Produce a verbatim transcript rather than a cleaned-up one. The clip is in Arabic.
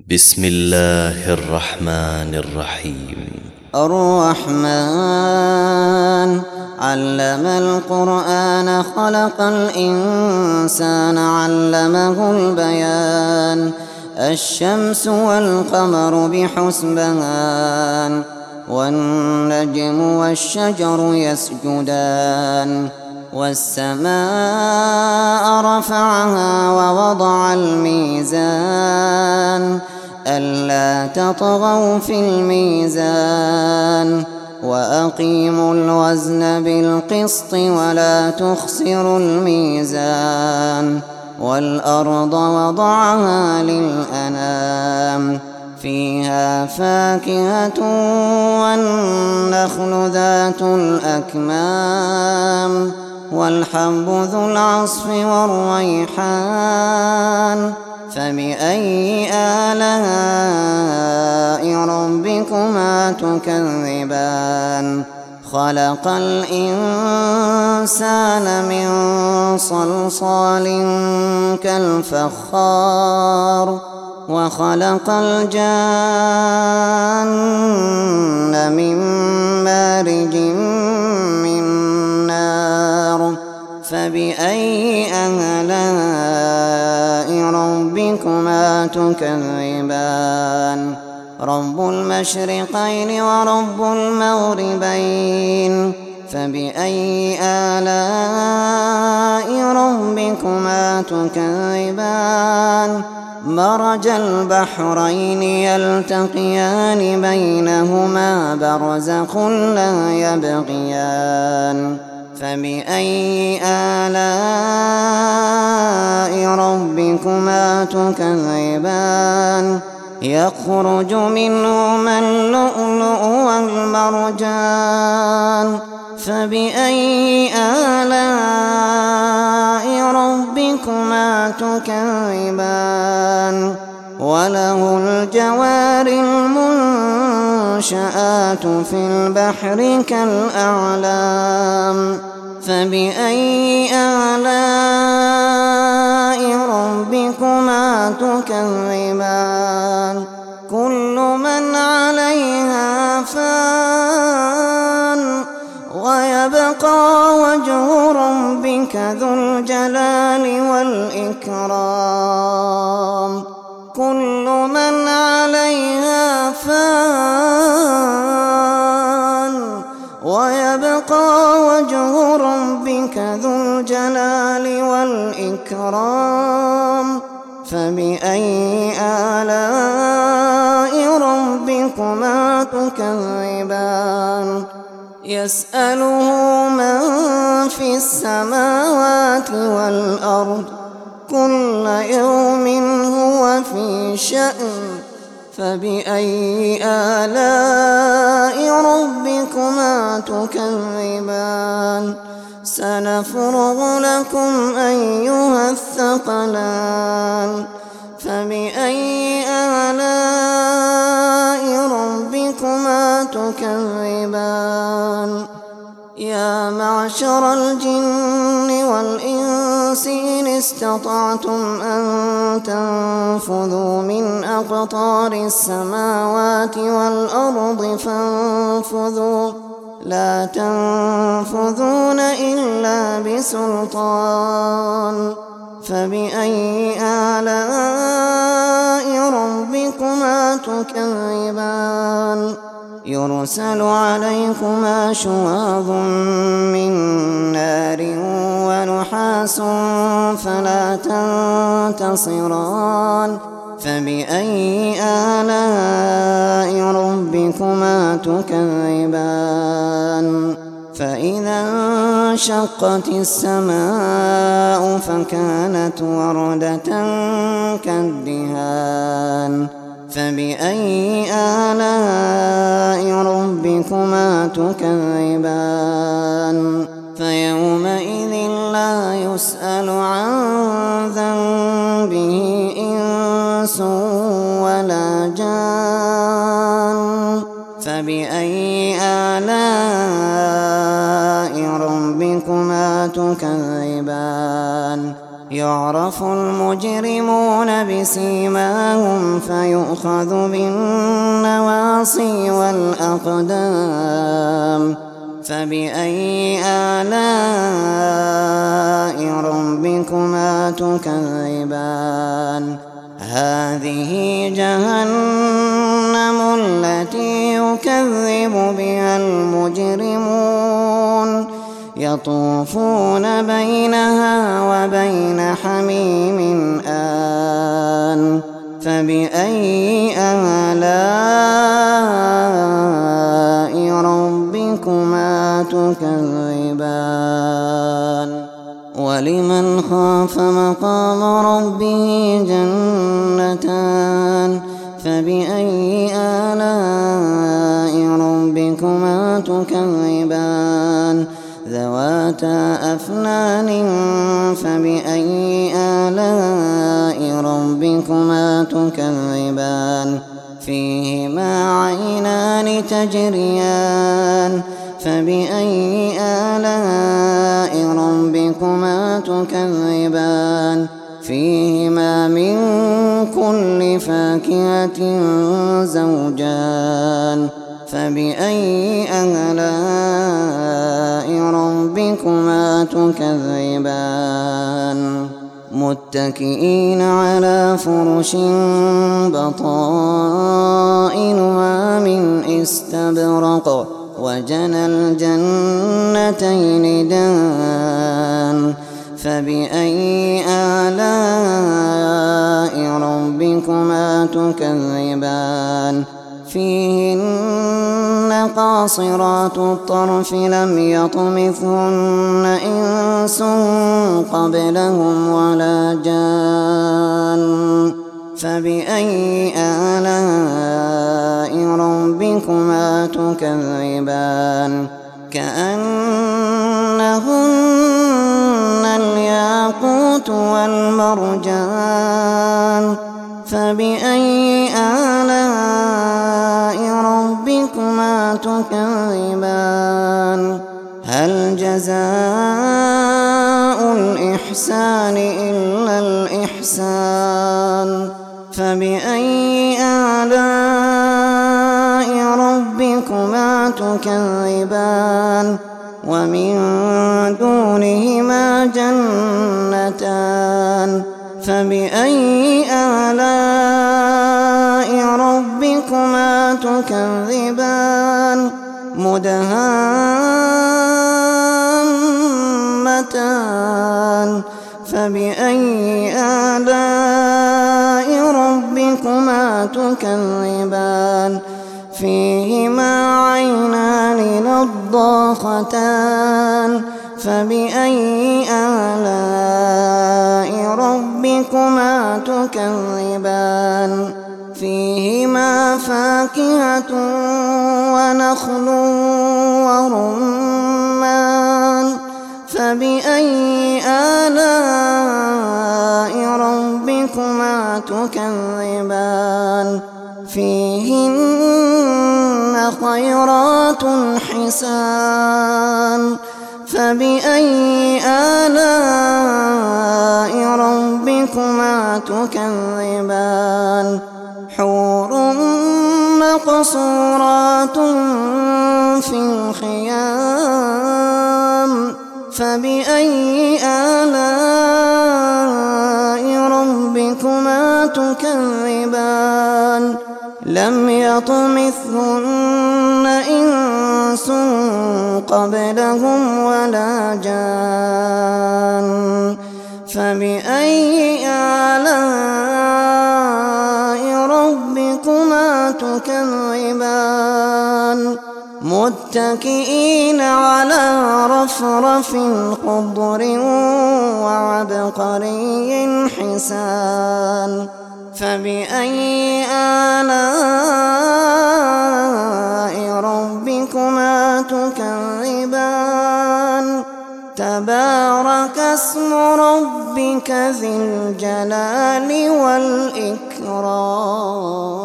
بسم الله الرحمن الرحيم. الرحمن علم القرآن خلق الإنسان علمه البيان. الشمس والقمر بحسبان والنجم والشجر يسجدان. والسماء رفعها ووضع الميزان ألا تطغوا في الميزان وأقيموا الوزن بالقسط ولا تخسروا الميزان. والأرض وضعها للأنام فيها فاكهة والنخل ذات الأكمام والحب ذو العصف والريحان. فبأي آلاء ربكما تكذبان؟ خلق الإنسان من صلصال كالفخار وخلق الجان من مارج من نار. فبأي آلاء ربكما تكذبان؟ رب المشرقين ورب المغربين. فبأي آلاء ربكما تكذبان؟ مرج البحرين يلتقيان بينهما برزخ لا يبغيان. فبأي آلاء ربكما تكذبان؟ يخرج منهما اللؤلؤ والمرجان. فبأي آلاء ربكما تكذبان؟ وله الجوار المنشآت في البحر كالأعلام. فبأي آلاء ربكما تكذبان؟ كل من عليها فان ويبقى وجه ربك ذو الجلال والإكرام. كل من عليها فان ويبقى وجه ربك ذو الجلال والإكرام. فبأي آلاء ربكما تكذبان؟ يسأله من في السماوات والأرض كل يوم هو في شأن. فبأي آلاء ربكما تكذبان؟ سنفرغ لكم أيها الثقلان. فبأي آلاء ربكما تكذبان؟ يا معشر الجن والإنس إن استطعتم أن تنفذوا من أقطار السماوات والأرض فانفذوا لا تنفذون إلا بسلطان. فبأي آلاء ربكما تكذبان؟ يرسل عليكما شواظ من نار ونحاس فلا تنتصران. فبأي آلاء ربكما تكذبان؟ فإذا انشقت السماء فكانت وردة كالدهان. فبأي آلاء ربكما تكذبان؟ فيومئذ لا يسأل عن ذنبه إنس ولا جان. فبأي آلاء ربكما تكذبان؟ يعرف المجرمون بسيماهم فيؤخذ بالنواصي والأقدام فبأي آلاء ربكما تكذبان هذه جهنم التي يكذب بها المجرمون يطوفون بينها وبين حميم آن فبأي آلاء ربكما تكذبان ولمن خاف مقام ربه جنتان فبأي آلاء ربكما تكذبان ذواتا أفنان فبأي آلاء ربكما تكذبان فيهما عينان تجريان فبأي آلاء ربكما تكذبان فيهما من كل فاكهة زوجان فبأي آلاء ربكما تكذبان متكئين على فرش بطائنها من استبرق وجنى الجنتين دان فبأي آلاء ربكما تكذبان فيهن قاصرات الطرف لم يطمثهن إنس قبلهم ولا جان فبأي آلاء ربكما تكذبان كأنهن الياقوت والمرجان فبأي آلاء ربكما تكذبان هل جزاء الإحسان إلا الإحسان فبأي آلاء ربكما تكذبان ومن دونهما جنتان فبأي آلاء ربكما تكذبان مدهامتان فبأي آلاء ربكما تكذبان فيهما عينان نضاختان فبأي آلاء ربكما تكذبان فيهما فاكهة ونخل ورمان فبأي آلاء ربكما تكذبان فيهن خيرات حسان فبأي آلاء ربكما تكذبان حور مقصورات في الخيام فبأي آلاء ربكما تكذبان لم يطمثهن إنس قبلهم ولا جان فبأي آلاء ربكما تكذبان متكئين على رفرف خضر وعبقري حسان فبأي آلاء ربكما تكذبان تبارك اسم ربك ذي الجلال والإكرام.